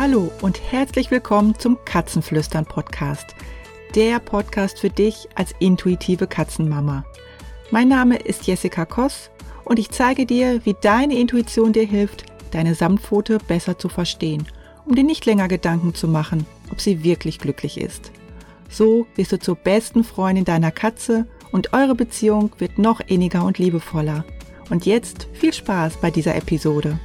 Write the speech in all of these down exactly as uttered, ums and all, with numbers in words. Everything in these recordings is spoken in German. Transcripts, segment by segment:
Hallo und herzlich willkommen zum Katzenflüstern-Podcast, der Podcast für dich als intuitive Katzenmama. Mein Name ist Jessica Koss und ich zeige dir, wie deine Intuition dir hilft, deine Samtpfote besser zu verstehen, um dir nicht länger Gedanken zu machen, ob sie wirklich glücklich ist. So wirst du zur besten Freundin deiner Katze und eure Beziehung wird noch inniger und liebevoller. Und jetzt viel Spaß bei dieser Episode.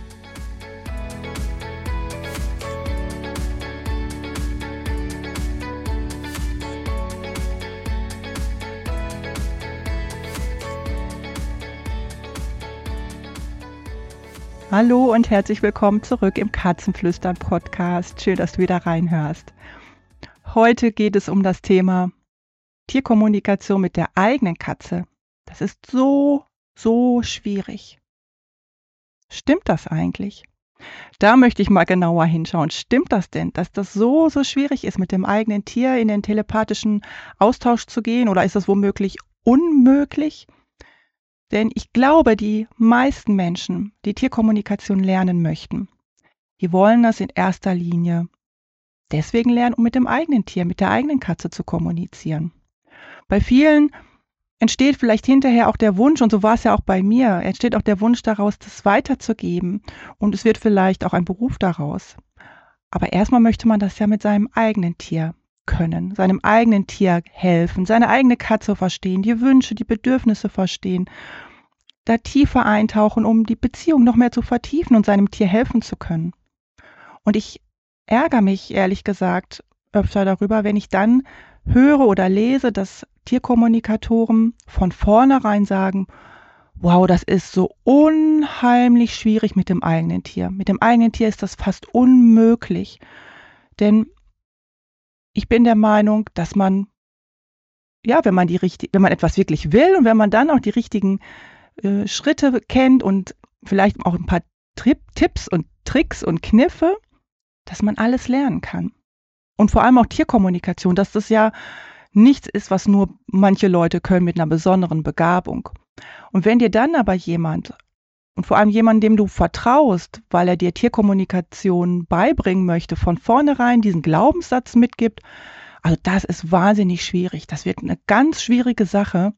Hallo und herzlich willkommen zurück im Katzenflüstern-Podcast. Schön, dass du wieder reinhörst. Heute geht es um das Thema Tierkommunikation mit der eigenen Katze. Das ist so, so schwierig. Stimmt das eigentlich? Da möchte ich mal genauer hinschauen. Stimmt das denn, dass das so, so schwierig ist, mit dem eigenen Tier in den telepathischen Austausch zu gehen? Oder ist das womöglich unmöglich? Denn ich glaube, die meisten Menschen, die Tierkommunikation lernen möchten, die wollen das in erster Linie deswegen lernen, um mit dem eigenen Tier, mit der eigenen Katze zu kommunizieren. Bei vielen entsteht vielleicht hinterher auch der Wunsch, und so war es ja auch bei mir, entsteht auch der Wunsch daraus, das weiterzugeben. Und es wird vielleicht auch ein Beruf daraus. Aber erstmal möchte man das ja mit seinem eigenen Tier können, seinem eigenen Tier helfen, seine eigene Katze verstehen, die Wünsche, die Bedürfnisse verstehen, da tiefer eintauchen, um die Beziehung noch mehr zu vertiefen und seinem Tier helfen zu können. Und ich ärgere mich, ehrlich gesagt, öfter darüber, wenn ich dann höre oder lese, dass Tierkommunikatoren von vornherein sagen, wow, das ist so unheimlich schwierig mit dem eigenen Tier. Mit dem eigenen Tier ist das fast unmöglich. Denn ich bin der Meinung, dass man, ja, wenn man die richtig, wenn man etwas wirklich will und wenn man dann auch die richtigen äh, Schritte kennt und vielleicht auch ein paar Trip, Tipps und Tricks und Kniffe, dass man alles lernen kann. Und vor allem auch Tierkommunikation, dass das ja nichts ist, was nur manche Leute können mit einer besonderen Begabung. Und wenn dir dann aber jemand, und vor allem jemand, dem du vertraust, weil er dir Tierkommunikation beibringen möchte, von vornherein diesen Glaubenssatz mitgibt, also das ist wahnsinnig schwierig. Das wird eine ganz schwierige Sache.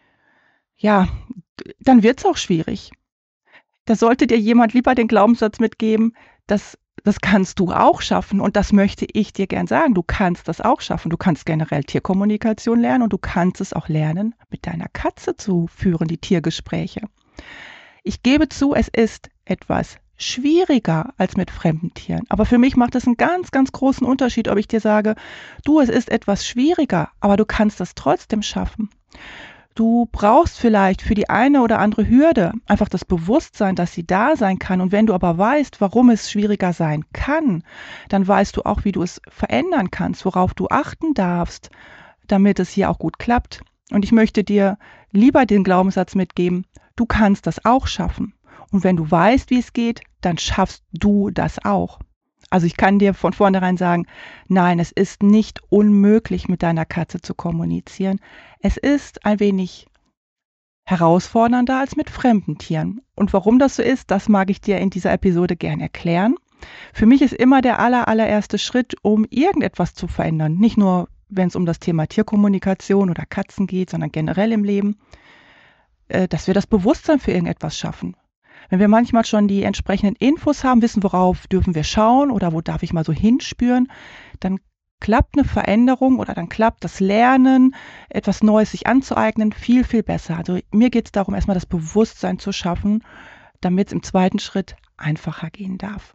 Ja, dann wird es auch schwierig. Da sollte dir jemand lieber den Glaubenssatz mitgeben, dass das kannst du auch schaffen und das möchte ich dir gern sagen. Du kannst das auch schaffen. Du kannst generell Tierkommunikation lernen und du kannst es auch lernen, mit deiner Katze zu führen, die Tiergespräche. Ich gebe zu, es ist etwas schwieriger als mit fremden Tieren. Aber für mich macht es einen ganz, ganz großen Unterschied, ob ich dir sage, du, es ist etwas schwieriger, aber du kannst es trotzdem schaffen. Du brauchst vielleicht für die eine oder andere Hürde einfach das Bewusstsein, dass sie da sein kann. Und wenn du aber weißt, warum es schwieriger sein kann, dann weißt du auch, wie du es verändern kannst, worauf du achten darfst, damit es hier auch gut klappt. Und ich möchte dir lieber den Glaubenssatz mitgeben, du kannst das auch schaffen. Und wenn du weißt, wie es geht, dann schaffst du das auch. Also ich kann dir von vornherein sagen, nein, es ist nicht unmöglich, mit deiner Katze zu kommunizieren. Es ist ein wenig herausfordernder als mit fremden Tieren. Und warum das so ist, das mag ich dir in dieser Episode gern erklären. Für mich ist immer der aller, allererste Schritt, um irgendetwas zu verändern. Nicht nur, wenn es um das Thema Tierkommunikation oder Katzen geht, sondern generell im Leben, dass wir das Bewusstsein für irgendetwas schaffen. Wenn wir manchmal schon die entsprechenden Infos haben, wissen, worauf dürfen wir schauen oder wo darf ich mal so hinspüren, dann klappt eine Veränderung oder dann klappt das Lernen, etwas Neues sich anzueignen, viel, viel besser. Also mir geht es darum, erstmal das Bewusstsein zu schaffen, damit es im zweiten Schritt einfacher gehen darf.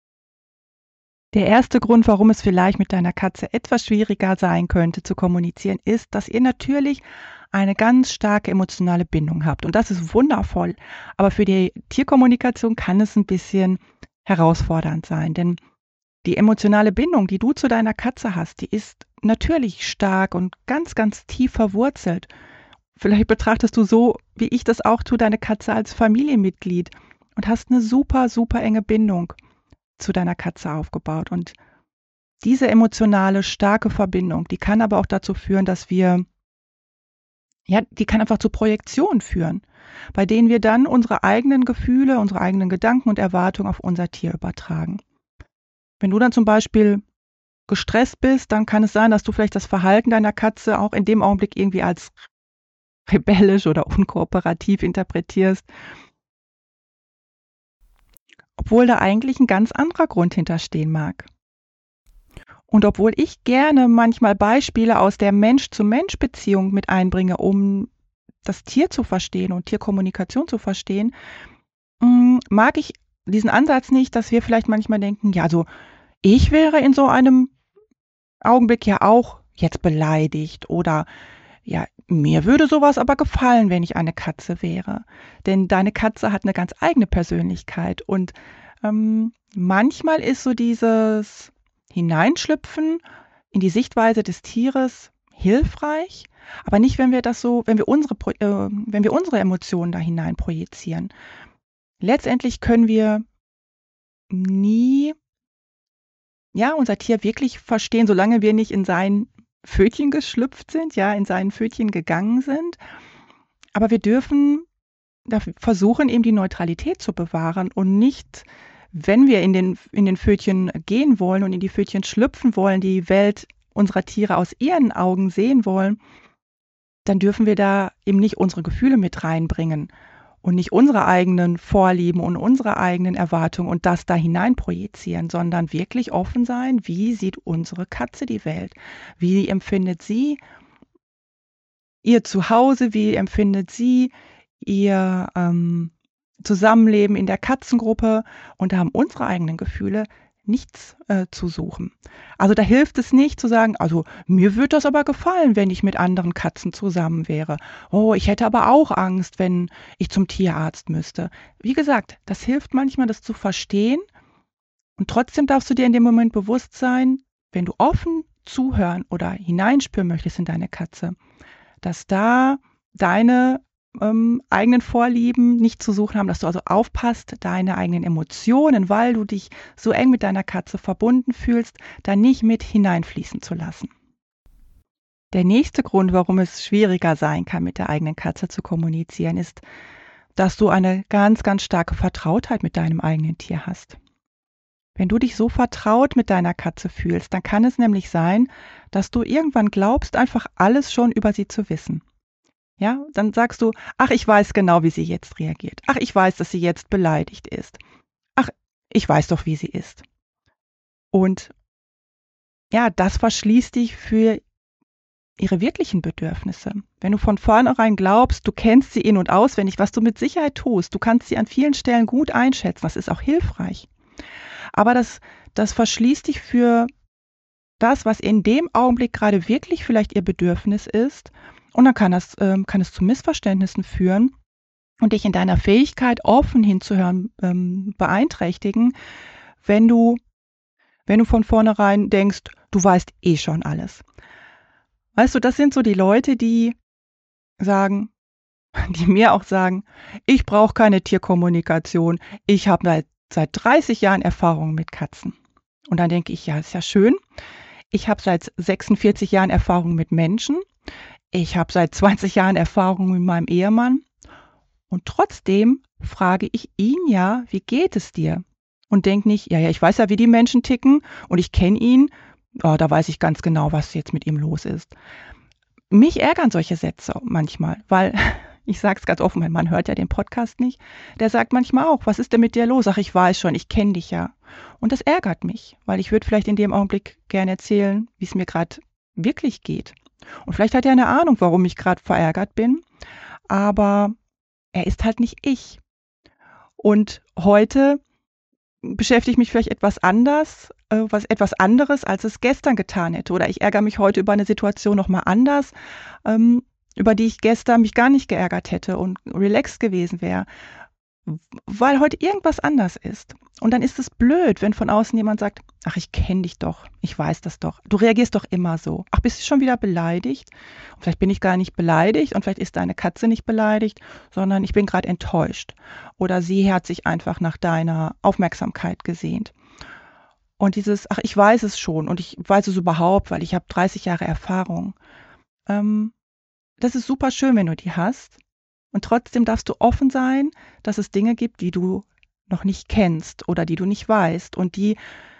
Der erste Grund, warum es vielleicht mit deiner Katze etwas schwieriger sein könnte zu kommunizieren, ist, dass ihr natürlich eine ganz starke emotionale Bindung habt. Und das ist wundervoll. Aber für die Tierkommunikation kann es ein bisschen herausfordernd sein. Denn die emotionale Bindung, die du zu deiner Katze hast, die ist natürlich stark und ganz, ganz tief verwurzelt. Vielleicht betrachtest du so, wie ich das auch tue, deine Katze als Familienmitglied und hast eine super, super enge Bindung zu deiner Katze aufgebaut. Und diese emotionale, starke Verbindung, die kann aber auch dazu führen, dass wir Ja, die kann einfach zu Projektionen führen, bei denen wir dann unsere eigenen Gefühle, unsere eigenen Gedanken und Erwartungen auf unser Tier übertragen. Wenn du dann zum Beispiel gestresst bist, dann kann es sein, dass du vielleicht das Verhalten deiner Katze auch in dem Augenblick irgendwie als rebellisch oder unkooperativ interpretierst, obwohl da eigentlich ein ganz anderer Grund hinterstehen mag. Und obwohl ich gerne manchmal Beispiele aus der Mensch-zu-Mensch-Beziehung mit einbringe, um das Tier zu verstehen und Tierkommunikation zu verstehen, mm, mag ich diesen Ansatz nicht, dass wir vielleicht manchmal denken, ja, also ich wäre in so einem Augenblick ja auch jetzt beleidigt oder ja, mir würde sowas aber gefallen, wenn ich eine Katze wäre. Denn deine Katze hat eine ganz eigene Persönlichkeit und ähm, manchmal ist so dieses Hineinschlüpfen in die Sichtweise des Tieres hilfreich, aber nicht, wenn wir das so, wenn wir unsere, Pro- äh, wenn wir unsere Emotionen da hinein projizieren. Letztendlich können wir nie, ja, unser Tier wirklich verstehen, solange wir nicht in sein Pfötchen geschlüpft sind, ja, in sein Pfötchen gegangen sind. Aber wir dürfen da versuchen, eben die Neutralität zu bewahren und nicht, wenn wir in den, in den Pfötchen gehen wollen und in die Pfötchen schlüpfen wollen, die Welt unserer Tiere aus ihren Augen sehen wollen, dann dürfen wir da eben nicht unsere Gefühle mit reinbringen und nicht unsere eigenen Vorlieben und unsere eigenen Erwartungen und das da hinein projizieren, sondern wirklich offen sein, wie sieht unsere Katze die Welt? Wie empfindet sie ihr Zuhause? Wie empfindet sie ihr ähm, Zusammenleben in der Katzengruppe? Und da haben unsere eigenen Gefühle nichts äh, zu suchen. Also da hilft es nicht zu sagen, also mir würde das aber gefallen, wenn ich mit anderen Katzen zusammen wäre. Oh, ich hätte aber auch Angst, wenn ich zum Tierarzt müsste. Wie gesagt, das hilft manchmal, das zu verstehen. Und trotzdem darfst du dir in dem Moment bewusst sein, wenn du offen zuhören oder hineinspüren möchtest in deine Katze, dass da deine ähm, eigenen Vorlieben nicht zu suchen haben, dass du also aufpasst, deine eigenen Emotionen, weil du dich so eng mit deiner Katze verbunden fühlst, da nicht mit hineinfließen zu lassen. Der nächste Grund, warum es schwieriger sein kann, mit der eigenen Katze zu kommunizieren, ist, dass du eine ganz, ganz starke Vertrautheit mit deinem eigenen Tier hast. Wenn du dich so vertraut mit deiner Katze fühlst, dann kann es nämlich sein, dass du irgendwann glaubst, einfach alles schon über sie zu wissen. Ja, dann sagst du, ach, ich weiß genau, wie sie jetzt reagiert. Ach, ich weiß, dass sie jetzt beleidigt ist. Ach, ich weiß doch, wie sie ist. Und ja, das verschließt dich für ihre wirklichen Bedürfnisse. Wenn du von vornherein glaubst, du kennst sie in- und auswendig, was du mit Sicherheit tust, du kannst sie an vielen Stellen gut einschätzen, das ist auch hilfreich. Aber das, das verschließt dich für das, was in dem Augenblick gerade wirklich vielleicht ihr Bedürfnis ist. Und dann kann, das, ähm, kann es zu Missverständnissen führen und dich in deiner Fähigkeit, offen hinzuhören, ähm, beeinträchtigen, wenn du, wenn du von vornherein denkst, du weißt eh schon alles. Weißt du, das sind so die Leute, die sagen, die mir auch sagen, ich brauche keine Tierkommunikation, ich habe seit, seit dreißig Jahren Erfahrung mit Katzen. Und dann denke ich, ja, ist ja schön. Ich habe seit sechsundvierzig Jahren Erfahrung mit Menschen. Ich habe seit zwanzig Jahren Erfahrung mit meinem Ehemann. Und trotzdem frage ich ihn ja, wie geht es dir? Und denke nicht, ja, ja, ich weiß ja, wie die Menschen ticken und ich kenne ihn. Oh, da weiß ich ganz genau, was jetzt mit ihm los ist. Mich ärgern solche Sätze manchmal, weil ich sage es ganz offen, mein Mann hört ja den Podcast nicht. Der sagt manchmal auch, was ist denn mit dir los? Ach, ich weiß schon, ich kenne dich ja. Und das ärgert mich, weil ich würde vielleicht in dem Augenblick gerne erzählen, wie es mir gerade wirklich geht. Und vielleicht hat er eine Ahnung, warum ich gerade verärgert bin, aber er ist halt nicht ich. Und heute beschäftige ich mich vielleicht etwas anders, äh, was etwas anderes, als es gestern getan hätte. Oder ich ärgere mich heute über eine Situation nochmal anders, ähm, über die ich gestern mich gar nicht geärgert hätte und relaxed gewesen wäre, weil heute irgendwas anders ist. Und dann ist es blöd, wenn von außen jemand sagt, ach, ich kenne dich doch, ich weiß das doch, du reagierst doch immer so. Ach, bist du schon wieder beleidigt? Und vielleicht bin ich gar nicht beleidigt und vielleicht ist deine Katze nicht beleidigt, sondern ich bin gerade enttäuscht. Oder sie hat sich einfach nach deiner Aufmerksamkeit gesehnt. Und dieses, ach, ich weiß es schon und ich weiß es überhaupt, weil ich habe dreißig Jahre Erfahrung. Ähm, das ist super schön, wenn du die hast. Und trotzdem darfst du offen sein, dass es Dinge gibt, die du noch nicht kennst oder die du nicht weißt und die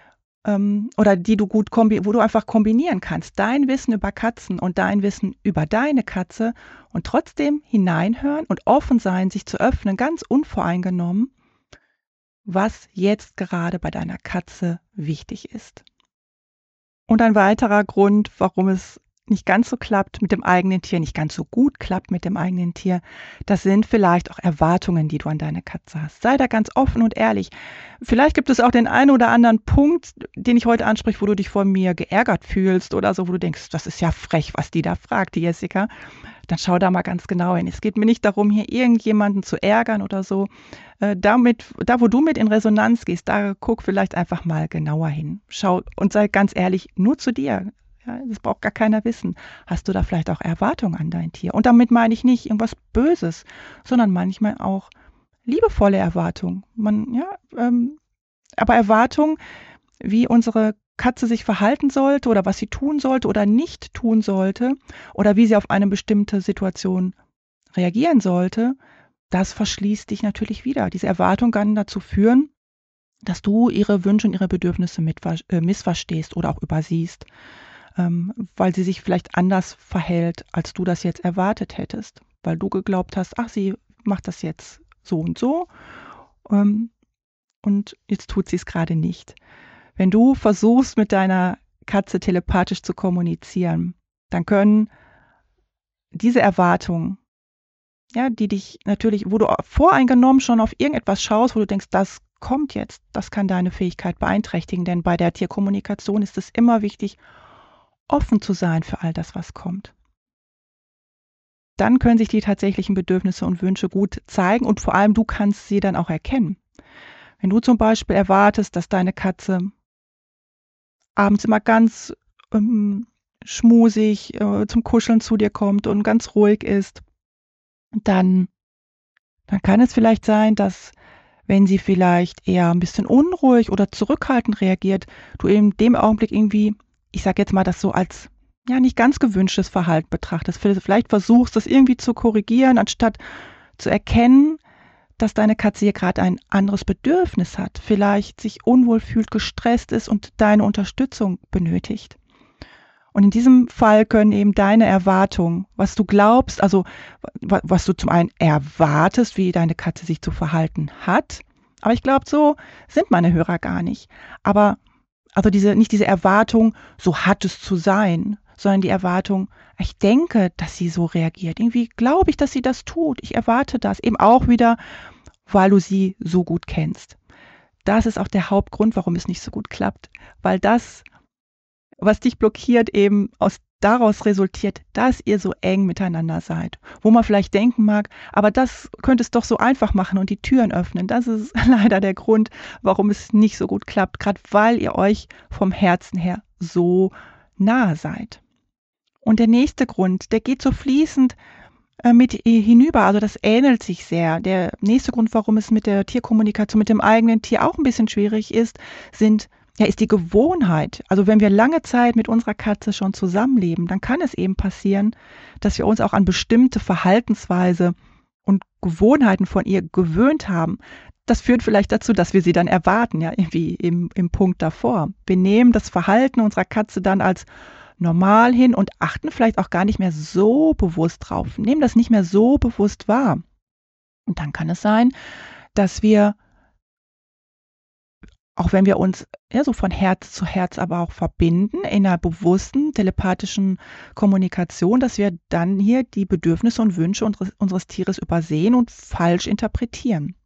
ähm, oder die du gut kombi wo du einfach kombinieren kannst. Dein Wissen über Katzen und dein Wissen über deine Katze und trotzdem hineinhören und offen sein, sich zu öffnen, ganz unvoreingenommen, was jetzt gerade bei deiner Katze wichtig ist. Und ein weiterer Grund, warum es nicht ganz so klappt mit dem eigenen Tier, nicht ganz so gut klappt mit dem eigenen Tier, das sind vielleicht auch Erwartungen, die du an deine Katze hast. Sei da ganz offen und ehrlich. Vielleicht gibt es auch den einen oder anderen Punkt, den ich heute anspreche, wo du dich von mir geärgert fühlst oder so, wo du denkst, das ist ja frech, was die da fragt, die Jessica. Dann schau da mal ganz genau hin. Es geht mir nicht darum, hier irgendjemanden zu ärgern oder so. Äh, damit, da, wo du mit in Resonanz gehst, da guck vielleicht einfach mal genauer hin. Schau und sei ganz ehrlich, nur zu dir. Ja, das braucht gar keiner wissen. Hast du da vielleicht auch Erwartungen an dein Tier? Und damit meine ich nicht irgendwas Böses, sondern manchmal auch liebevolle Erwartungen. Man, ja, ähm, aber Erwartungen, wie unsere Katze sich verhalten sollte oder was sie tun sollte oder nicht tun sollte oder wie sie auf eine bestimmte Situation reagieren sollte, das verschließt dich natürlich wieder. Diese Erwartung kann dazu führen, dass du ihre Wünsche und ihre Bedürfnisse mitver- äh, missverstehst oder auch übersiehst, ähm, weil sie sich vielleicht anders verhält, als du das jetzt erwartet hättest, weil du geglaubt hast, ach, sie macht das jetzt so und so, ähm, und jetzt tut sie es gerade nicht. Wenn du versuchst, mit deiner Katze telepathisch zu kommunizieren, dann können diese Erwartungen, ja, die dich natürlich, wo du voreingenommen schon auf irgendetwas schaust, wo du denkst, das kommt jetzt, das kann deine Fähigkeit beeinträchtigen, denn bei der Tierkommunikation ist es immer wichtig, offen zu sein für all das, was kommt. Dann können sich die tatsächlichen Bedürfnisse und Wünsche gut zeigen und vor allem du kannst sie dann auch erkennen. Wenn du zum Beispiel erwartest, dass deine Katze abends immer ganz ähm, schmusig äh, zum Kuscheln zu dir kommt und ganz ruhig ist, dann, dann kann es vielleicht sein, dass wenn sie vielleicht eher ein bisschen unruhig oder zurückhaltend reagiert, du in dem Augenblick irgendwie, ich sage jetzt mal, das so als ja nicht ganz gewünschtes Verhalten betrachtest. Vielleicht versuchst das irgendwie zu korrigieren, anstatt zu erkennen, dass deine Katze hier gerade ein anderes Bedürfnis hat, vielleicht sich unwohl fühlt, gestresst ist und deine Unterstützung benötigt. Und in diesem Fall können eben deine Erwartungen, was du glaubst, also was du zum einen erwartest, wie deine Katze sich zu verhalten hat, aber ich glaube, so sind meine Hörer gar nicht. Aber also diese, nicht diese Erwartung, so hat es zu sein, sondern die Erwartung, ich denke, dass sie so reagiert. Irgendwie glaube ich, dass sie das tut. Ich erwarte das eben auch wieder, weil du sie so gut kennst. Das ist auch der Hauptgrund, warum es nicht so gut klappt, weil das, was dich blockiert, eben aus daraus resultiert, dass ihr so eng miteinander seid. Wo man vielleicht denken mag, aber das könnte es doch so einfach machen und die Türen öffnen. Das ist leider der Grund, warum es nicht so gut klappt, gerade weil ihr euch vom Herzen her so nahe seid. Und der nächste Grund, der geht so fließend äh, mit hinüber, also das ähnelt sich sehr. Der nächste Grund, warum es mit der Tierkommunikation mit dem eigenen Tier auch ein bisschen schwierig ist, sind ja, ist die Gewohnheit. Also wenn wir lange Zeit mit unserer Katze schon zusammenleben, dann kann es eben passieren, dass wir uns auch an bestimmte Verhaltensweise und Gewohnheiten von ihr gewöhnt haben. Das führt vielleicht dazu, dass wir sie dann erwarten, ja, wie im, im Punkt davor. Wir nehmen das Verhalten unserer Katze dann als normal hin und achten vielleicht auch gar nicht mehr so bewusst drauf, nehmen das nicht mehr so bewusst wahr. Und dann kann es sein, dass wir, auch wenn wir uns ja, so von Herz zu Herz aber auch verbinden, in einer bewussten, telepathischen Kommunikation, dass wir dann hier die Bedürfnisse und Wünsche unseres, unseres Tieres übersehen und falsch interpretieren.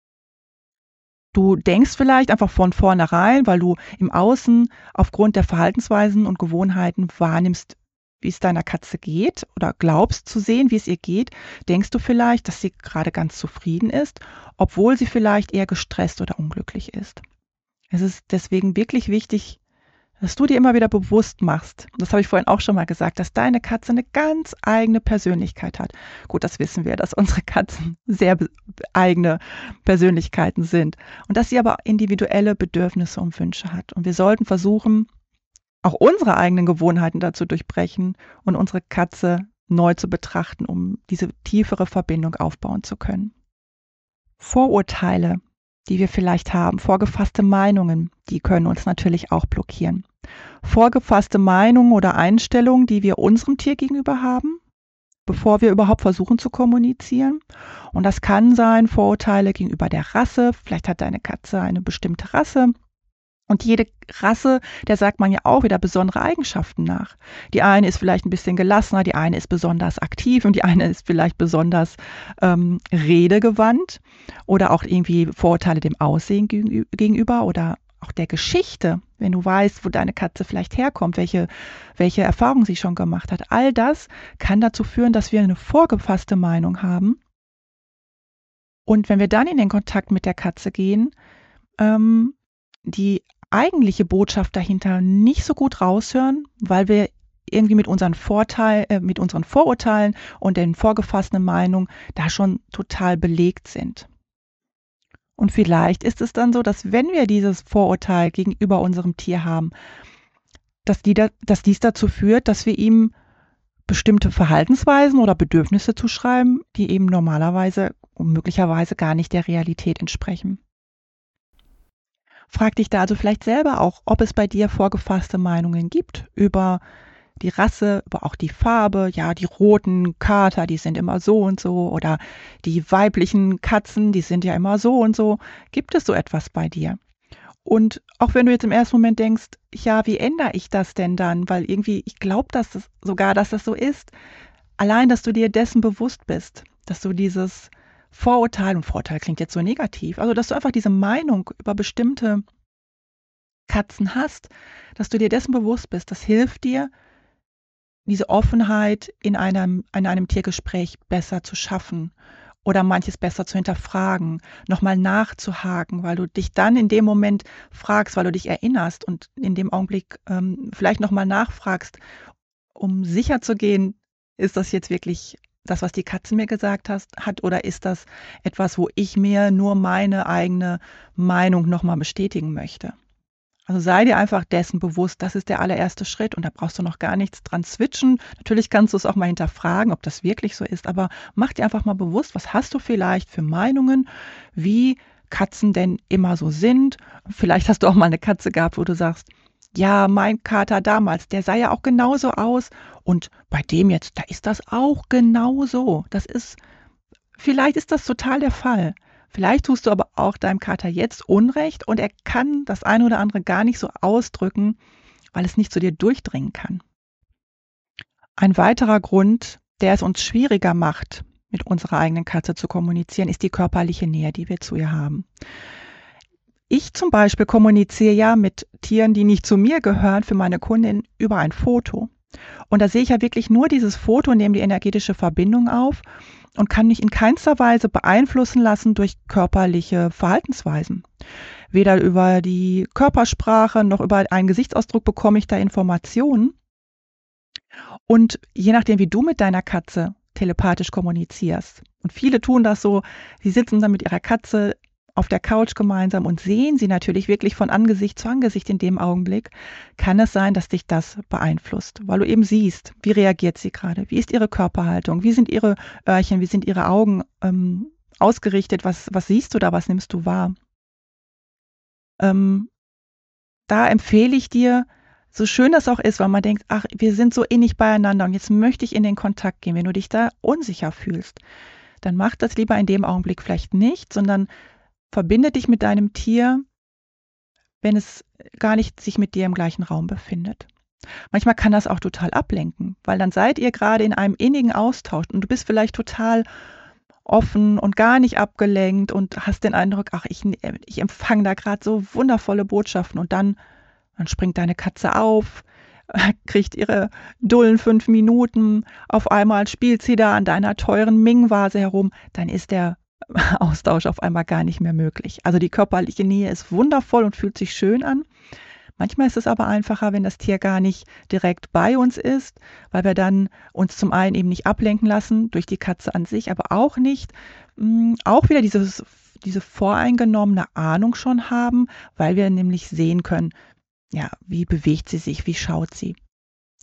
Du denkst vielleicht einfach von vornherein, weil du im Außen aufgrund der Verhaltensweisen und Gewohnheiten wahrnimmst, wie es deiner Katze geht oder glaubst zu sehen, wie es ihr geht, denkst du vielleicht, dass sie gerade ganz zufrieden ist, obwohl sie vielleicht eher gestresst oder unglücklich ist. Es ist deswegen wirklich wichtig, dass du dir immer wieder bewusst machst, das habe ich vorhin auch schon mal gesagt, dass deine Katze eine ganz eigene Persönlichkeit hat. Gut, das wissen wir, dass unsere Katzen sehr eigene Persönlichkeiten sind und dass sie aber individuelle Bedürfnisse und Wünsche hat. Und wir sollten versuchen, auch unsere eigenen Gewohnheiten dazu durchbrechen und unsere Katze neu zu betrachten, um diese tiefere Verbindung aufbauen zu können. Vorurteile die wir vielleicht haben, vorgefasste Meinungen, die können uns natürlich auch blockieren. Vorgefasste Meinungen oder Einstellungen, die wir unserem Tier gegenüber haben, bevor wir überhaupt versuchen zu kommunizieren. Und das kann sein Vorurteile gegenüber der Rasse. Vielleicht hat deine Katze eine bestimmte Rasse. Und jede Rasse, der sagt man ja auch wieder besondere Eigenschaften nach. Die eine ist vielleicht ein bisschen gelassener, die eine ist besonders aktiv und die eine ist vielleicht besonders ähm, redegewandt oder auch irgendwie Vorurteile dem Aussehen gegenüber oder auch der Geschichte, wenn du weißt, wo deine Katze vielleicht herkommt, welche, welche Erfahrungen sie schon gemacht hat. All das kann dazu führen, dass wir eine vorgefasste Meinung haben. Und wenn wir dann in den Kontakt mit der Katze gehen, ähm, die eigentliche Botschaft dahinter nicht so gut raushören, weil wir irgendwie mit unseren Vorteil, äh, mit unseren Vorurteilen und den vorgefassten Meinungen da schon total belegt sind. Und vielleicht ist es dann so, dass wenn wir dieses Vorurteil gegenüber unserem Tier haben, dass, die da, dass dies dazu führt, dass wir ihm bestimmte Verhaltensweisen oder Bedürfnisse zuschreiben, die eben normalerweise und möglicherweise gar nicht der Realität entsprechen. Frag dich da also vielleicht selber auch, ob es bei dir vorgefasste Meinungen gibt über die Rasse, über auch die Farbe. Ja, die roten Kater, die sind immer so und so. Oder die weiblichen Katzen, die sind ja immer so und so. Gibt es so etwas bei dir? Und auch wenn du jetzt im ersten Moment denkst, ja, wie ändere ich das denn dann? Weil irgendwie, ich glaube dass das sogar, dass das so ist. Allein, dass du dir dessen bewusst bist, dass du dieses Vorurteil, und Vorurteil klingt jetzt so negativ, also dass du einfach diese Meinung über bestimmte Katzen hast, dass du dir dessen bewusst bist, das hilft dir, diese Offenheit in einem, in einem Tiergespräch besser zu schaffen oder manches besser zu hinterfragen, nochmal nachzuhaken, weil du dich dann in dem Moment fragst, weil du dich erinnerst und in dem Augenblick ähm, vielleicht nochmal nachfragst, um sicher zu gehen, ist das jetzt wirklich das, was die Katze mir gesagt hast, hat, oder ist das etwas, wo ich mir nur meine eigene Meinung nochmal bestätigen möchte? Also sei dir einfach dessen bewusst, das ist der allererste Schritt und da brauchst du noch gar nichts dran switchen. Natürlich kannst du es auch mal hinterfragen, ob das wirklich so ist, aber mach dir einfach mal bewusst, was hast du vielleicht für Meinungen, wie Katzen denn immer so sind. Vielleicht hast du auch mal eine Katze gehabt, wo du sagst, ja, mein Kater damals, der sah ja auch genauso aus und bei dem jetzt, da ist das auch genauso. Das ist, vielleicht ist das total der Fall. Vielleicht tust du aber auch deinem Kater jetzt Unrecht und er kann das eine oder andere gar nicht so ausdrücken, weil es nicht zu dir durchdringen kann. Ein weiterer Grund, der es uns schwieriger macht, mit unserer eigenen Katze zu kommunizieren, ist die körperliche Nähe, die wir zu ihr haben. Ich zum Beispiel kommuniziere ja mit Tieren, die nicht zu mir gehören, für meine Kundin über ein Foto. Und da sehe ich ja wirklich nur dieses Foto und nehme die energetische Verbindung auf und kann mich in keinster Weise beeinflussen lassen durch körperliche Verhaltensweisen. Weder über die Körpersprache noch über einen Gesichtsausdruck bekomme ich da Informationen. Und je nachdem, wie du mit deiner Katze telepathisch kommunizierst, und viele tun das so, sie sitzen dann mit ihrer Katze auf der Couch gemeinsam und sehen sie natürlich wirklich von Angesicht zu Angesicht in dem Augenblick, kann es sein, dass dich das beeinflusst, weil du eben siehst, wie reagiert sie gerade, wie ist ihre Körperhaltung, wie sind ihre Öhrchen, wie sind ihre Augen ähm, ausgerichtet, was, was siehst du da, was nimmst du wahr. Ähm, da empfehle ich dir, so schön das auch ist, weil man denkt, ach, wir sind so innig beieinander und jetzt möchte ich in den Kontakt gehen, wenn du dich da unsicher fühlst, dann mach das lieber in dem Augenblick vielleicht nicht, sondern verbinde dich mit deinem Tier, wenn es gar nicht sich mit dir im gleichen Raum befindet. Manchmal kann das auch total ablenken, weil dann seid ihr gerade in einem innigen Austausch und du bist vielleicht total offen und gar nicht abgelenkt und hast den Eindruck, ach, ich, ich empfange da gerade so wundervolle Botschaften und dann, dann springt deine Katze auf, kriegt ihre dullen fünf Minuten, auf einmal spielt sie da an deiner teuren Ming-Vase herum, dann ist der Austausch auf einmal gar nicht mehr möglich. Also die körperliche Nähe ist wundervoll und fühlt sich schön an. Manchmal ist es aber einfacher, wenn das Tier gar nicht direkt bei uns ist, weil wir dann uns zum einen eben nicht ablenken lassen durch die Katze an sich, aber auch nicht mh, auch wieder dieses, diese voreingenommene Ahnung schon haben, weil wir nämlich sehen können, ja, wie bewegt sie sich, wie schaut sie.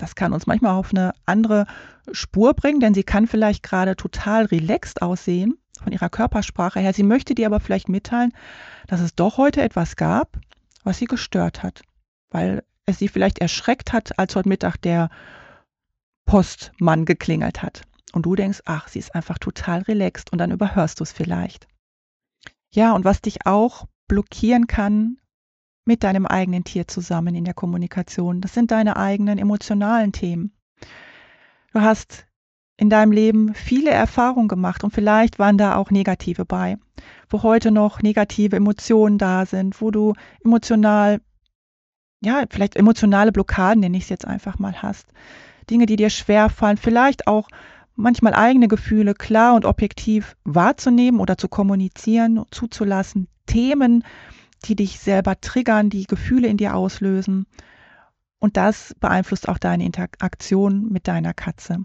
Das kann uns manchmal auf eine andere Spur bringen, denn sie kann vielleicht gerade total relaxed aussehen von ihrer Körpersprache her. Sie möchte dir aber vielleicht mitteilen, dass es doch heute etwas gab, was sie gestört hat, weil es sie vielleicht erschreckt hat, als heute Mittag der Postmann geklingelt hat. Und du denkst, ach, sie ist einfach total relaxed und dann überhörst du es vielleicht. Ja, und was dich auch blockieren kann mit deinem eigenen Tier zusammen in der Kommunikation, das sind deine eigenen emotionalen Themen. Du hast in deinem Leben viele Erfahrungen gemacht und vielleicht waren da auch negative bei, wo heute noch negative Emotionen da sind, wo du emotional, ja, vielleicht emotionale Blockaden, nenne ich es jetzt einfach mal, hast. Dinge, die dir schwerfallen, vielleicht auch manchmal eigene Gefühle klar und objektiv wahrzunehmen oder zu kommunizieren, zuzulassen, Themen, die dich selber triggern, die Gefühle in dir auslösen. Und das beeinflusst auch deine Interaktion mit deiner Katze.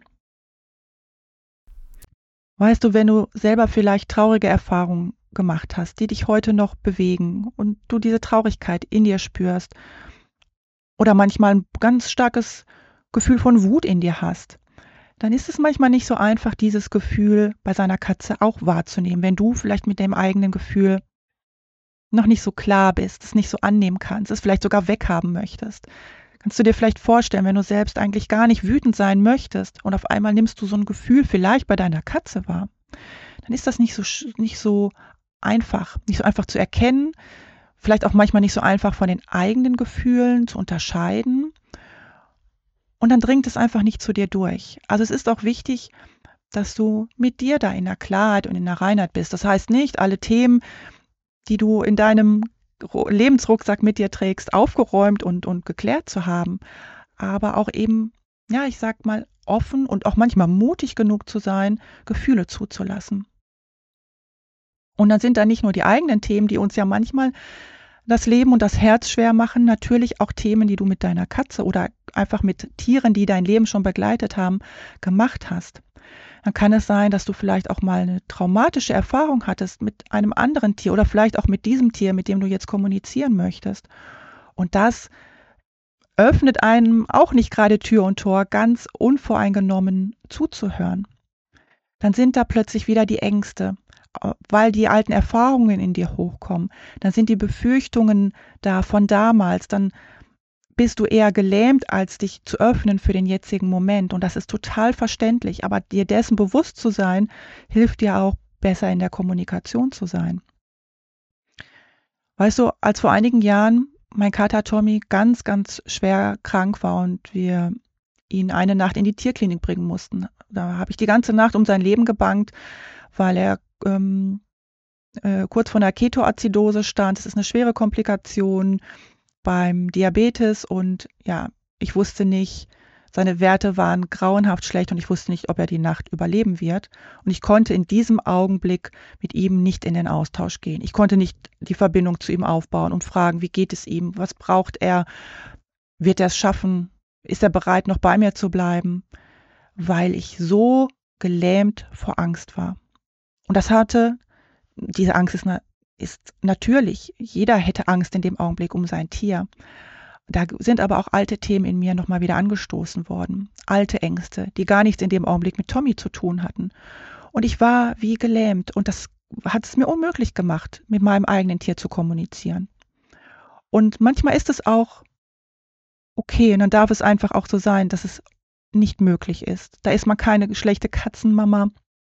Weißt du, wenn du selber vielleicht traurige Erfahrungen gemacht hast, die dich heute noch bewegen und du diese Traurigkeit in dir spürst oder manchmal ein ganz starkes Gefühl von Wut in dir hast, dann ist es manchmal nicht so einfach, dieses Gefühl bei seiner Katze auch wahrzunehmen, wenn du vielleicht mit dem eigenen Gefühl noch nicht so klar bist, es nicht so annehmen kannst, es vielleicht sogar weghaben möchtest. Kannst du dir vielleicht vorstellen, wenn du selbst eigentlich gar nicht wütend sein möchtest und auf einmal nimmst du so ein Gefühl vielleicht bei deiner Katze wahr, dann ist das nicht so, nicht so einfach, nicht so einfach zu erkennen, vielleicht auch manchmal nicht so einfach von den eigenen Gefühlen zu unterscheiden. Und dann dringt es einfach nicht zu dir durch. Also es ist auch wichtig, dass du mit dir da in der Klarheit und in der Reinheit bist. Das heißt nicht, alle Themen, die du in deinem Lebensrucksack mit dir trägst, aufgeräumt und, und geklärt zu haben, aber auch eben, ja, ich sag mal, offen und auch manchmal mutig genug zu sein, Gefühle zuzulassen. Und dann sind da nicht nur die eigenen Themen, die uns ja manchmal das Leben und das Herz schwer machen, natürlich auch Themen, die du mit deiner Katze oder einfach mit Tieren, die dein Leben schon begleitet haben, gemacht hast. Dann kann es sein, dass du vielleicht auch mal eine traumatische Erfahrung hattest mit einem anderen Tier oder vielleicht auch mit diesem Tier, mit dem du jetzt kommunizieren möchtest. Und das öffnet einem auch nicht gerade Tür und Tor, ganz unvoreingenommen zuzuhören. Dann sind da plötzlich wieder die Ängste, weil die alten Erfahrungen in dir hochkommen. Dann sind die Befürchtungen da von damals. Dann bist du eher gelähmt, als dich zu öffnen für den jetzigen Moment. Und das ist total verständlich. Aber dir dessen bewusst zu sein, hilft dir auch, besser in der Kommunikation zu sein. Weißt du, als vor einigen Jahren mein Kater Tommy ganz, ganz schwer krank war und wir ihn eine Nacht in die Tierklinik bringen mussten, da habe ich die ganze Nacht um sein Leben gebangt, weil er ähm, äh, kurz vor einer Ketoazidose stand. Das ist eine schwere Komplikation beim Diabetes und ja, ich wusste nicht, seine Werte waren grauenhaft schlecht und ich wusste nicht, ob er die Nacht überleben wird. Und ich konnte in diesem Augenblick mit ihm nicht in den Austausch gehen. Ich konnte nicht die Verbindung zu ihm aufbauen und fragen, wie geht es ihm, was braucht er, wird er es schaffen, ist er bereit, noch bei mir zu bleiben, weil ich so gelähmt vor Angst war. Und das hatte, diese Angst ist, ist natürlich, jeder hätte Angst in dem Augenblick um sein Tier. Da sind aber auch alte Themen in mir nochmal wieder angestoßen worden. Alte Ängste, die gar nichts in dem Augenblick mit Tommy zu tun hatten. Und ich war wie gelähmt und das hat es mir unmöglich gemacht, mit meinem eigenen Tier zu kommunizieren. Und manchmal ist es auch okay und dann darf es einfach auch so sein, dass es nicht möglich ist. Da ist man keine schlechte Katzenmama.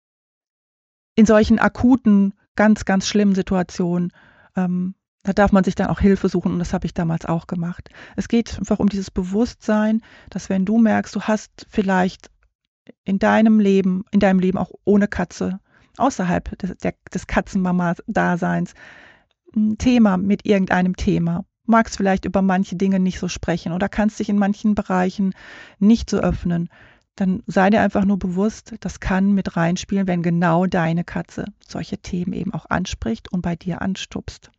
In solchen akuten, ganz, ganz schlimmen Situationen, ähm, da darf man sich dann auch Hilfe suchen und das habe ich damals auch gemacht. Es geht einfach um dieses Bewusstsein, dass wenn du merkst, du hast vielleicht in deinem Leben, in deinem Leben auch ohne Katze, außerhalb des, der, des Katzenmama-Daseins, ein Thema mit irgendeinem Thema, magst vielleicht über manche Dinge nicht so sprechen oder kannst dich in manchen Bereichen nicht so öffnen, dann sei dir einfach nur bewusst, das kann mit reinspielen, wenn genau deine Katze solche Themen eben auch anspricht und bei dir anstupst.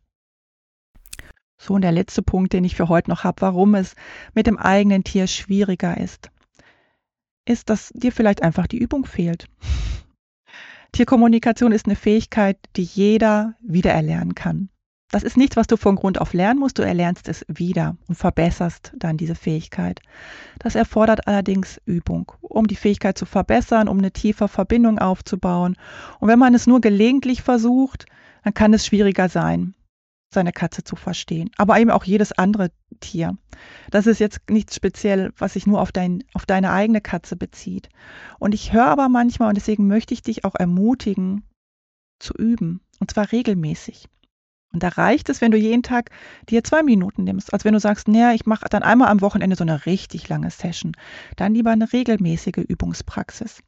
So, und der letzte Punkt, den ich für heute noch habe, warum es mit dem eigenen Tier schwieriger ist, ist, dass dir vielleicht einfach die Übung fehlt. Tierkommunikation ist eine Fähigkeit, die jeder wiedererlernen kann. Das ist nichts, was du von Grund auf lernen musst. Du erlernst es wieder und verbesserst dann diese Fähigkeit. Das erfordert allerdings Übung, um die Fähigkeit zu verbessern, um eine tiefe Verbindung aufzubauen. Und wenn man es nur gelegentlich versucht, dann kann es schwieriger sein, seine Katze zu verstehen. Aber eben auch jedes andere Tier. Das ist jetzt nichts speziell, was sich nur auf, dein, auf deine eigene Katze bezieht. Und ich höre aber manchmal, und deswegen möchte ich dich auch ermutigen, zu üben. Und zwar regelmäßig. Und da reicht es, wenn du jeden Tag dir zwei Minuten nimmst. Also wenn du sagst, naja, ich mache dann einmal am Wochenende so eine richtig lange Session. Dann lieber eine regelmäßige Übungspraxis.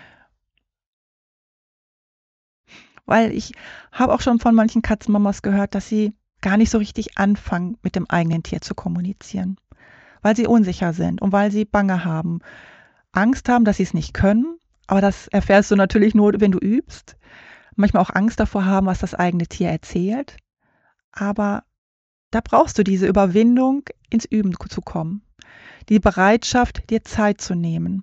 Weil ich habe auch schon von manchen Katzenmamas gehört, dass sie gar nicht so richtig anfangen, mit dem eigenen Tier zu kommunizieren. Weil sie unsicher sind und weil sie Bange haben. Angst haben, dass sie es nicht können. Aber das erfährst du natürlich nur, wenn du übst. Manchmal auch Angst davor haben, was das eigene Tier erzählt. Aber da brauchst du diese Überwindung, ins Üben zu kommen. Die Bereitschaft, dir Zeit zu nehmen.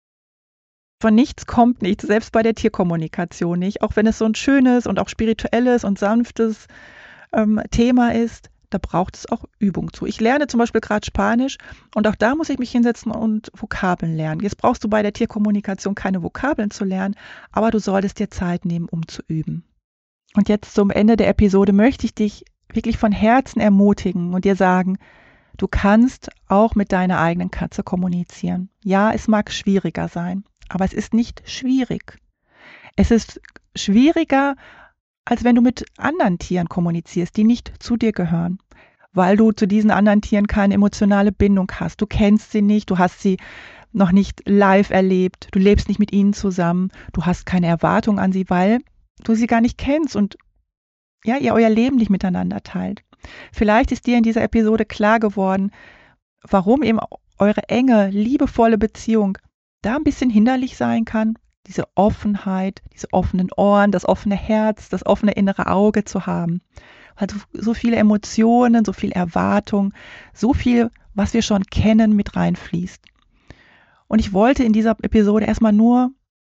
Von nichts kommt nichts, selbst bei der Tierkommunikation nicht. Auch wenn es so ein schönes und auch spirituelles und sanftes ähm, Thema ist, da braucht es auch Übung zu. Ich lerne zum Beispiel gerade Spanisch und auch da muss ich mich hinsetzen und Vokabeln lernen. Jetzt brauchst du bei der Tierkommunikation keine Vokabeln zu lernen, aber du solltest dir Zeit nehmen, um zu üben. Und jetzt zum Ende der Episode möchte ich dich wirklich von Herzen ermutigen und dir sagen, du kannst auch mit deiner eigenen Katze kommunizieren. Ja, es mag schwieriger sein, aber es ist nicht schwierig. Es ist schwieriger, als wenn du mit anderen Tieren kommunizierst, die nicht zu dir gehören, weil du zu diesen anderen Tieren keine emotionale Bindung hast. Du kennst sie nicht, du hast sie noch nicht live erlebt, du lebst nicht mit ihnen zusammen, du hast keine Erwartung an sie, weil du sie gar nicht kennst und ja, ihr euer Leben nicht miteinander teilt. Vielleicht ist dir in dieser Episode klar geworden, warum eben eure enge, liebevolle Beziehung da ein bisschen hinderlich sein kann. Diese Offenheit, diese offenen Ohren, das offene Herz, das offene innere Auge zu haben. Weil so, so viele Emotionen, so viel Erwartung, so viel, was wir schon kennen, mit reinfließt. Und ich wollte in dieser Episode erstmal nur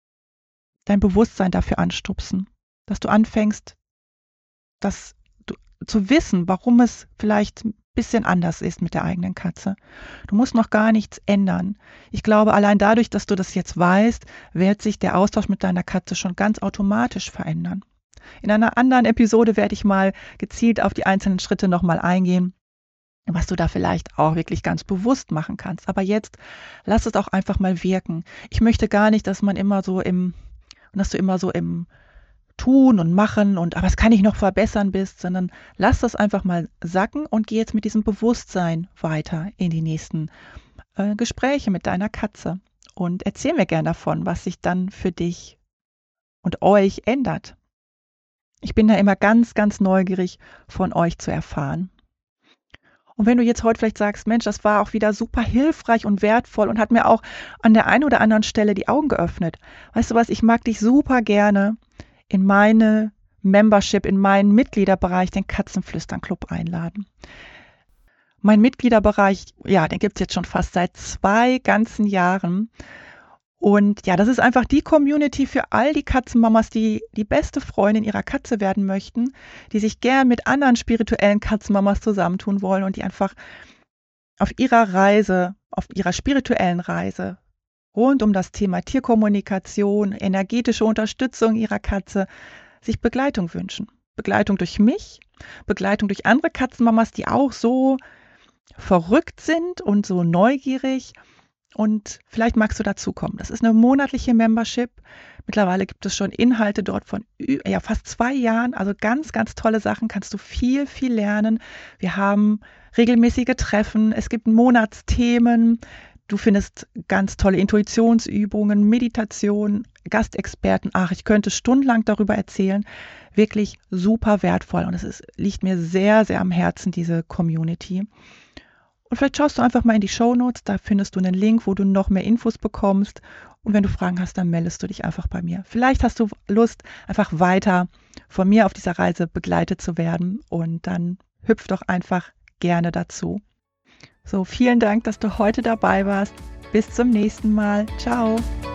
dein Bewusstsein dafür anstupsen, dass du anfängst, das du, zu wissen, warum es vielleicht ein bisschen anders ist mit der eigenen Katze. Du musst noch gar nichts ändern. Ich glaube, allein dadurch, dass du das jetzt weißt, wird sich der Austausch mit deiner Katze schon ganz automatisch verändern. In einer anderen Episode werde ich mal gezielt auf die einzelnen Schritte nochmal eingehen, was du da vielleicht auch wirklich ganz bewusst machen kannst. Aber jetzt lass es auch einfach mal wirken. Ich möchte gar nicht, dass man immer so im, dass du immer so im Tun und Machen und aber es kann ich noch verbessern bist, sondern lass das einfach mal sacken und geh jetzt mit diesem Bewusstsein weiter in die nächsten äh, Gespräche mit deiner Katze und erzähl mir gern davon, was sich dann für dich und euch ändert. Ich bin da immer ganz, ganz neugierig von euch zu erfahren. Und wenn du jetzt heute vielleicht sagst, Mensch, das war auch wieder super hilfreich und wertvoll und hat mir auch an der einen oder anderen Stelle die Augen geöffnet. Weißt du was, ich mag dich super gerne in meine Membership, in meinen Mitgliederbereich, den Katzenflüstern-Club einladen. Mein Mitgliederbereich, ja, den gibt es jetzt schon fast seit zwei ganzen Jahren. Und ja, das ist einfach die Community für all die Katzenmamas, die die beste Freundin ihrer Katze werden möchten, die sich gern mit anderen spirituellen Katzenmamas zusammentun wollen und die einfach auf ihrer Reise, auf ihrer spirituellen Reise rund um das Thema Tierkommunikation, energetische Unterstützung ihrer Katze sich Begleitung wünschen. Begleitung durch mich, Begleitung durch andere Katzenmamas, die auch so verrückt sind und so neugierig. Und vielleicht magst du dazukommen. Das ist eine monatliche Membership. Mittlerweile gibt es schon Inhalte dort von ja, fast zwei Jahren. Also ganz, ganz tolle Sachen. Kannst du viel, viel lernen. Wir haben regelmäßige Treffen. Es gibt Monatsthemen. Du findest ganz tolle Intuitionsübungen, Meditation, Gastexperten. Ach, ich könnte stundenlang darüber erzählen. Wirklich super wertvoll. Und es ist, liegt mir sehr, sehr am Herzen, diese Community. Und vielleicht schaust du einfach mal in die Shownotes, da findest du einen Link, wo du noch mehr Infos bekommst. Und wenn du Fragen hast, dann meldest du dich einfach bei mir. Vielleicht hast du Lust, einfach weiter von mir auf dieser Reise begleitet zu werden. Und dann hüpf doch einfach gerne dazu. So, vielen Dank, dass du heute dabei warst. Bis zum nächsten Mal. Ciao.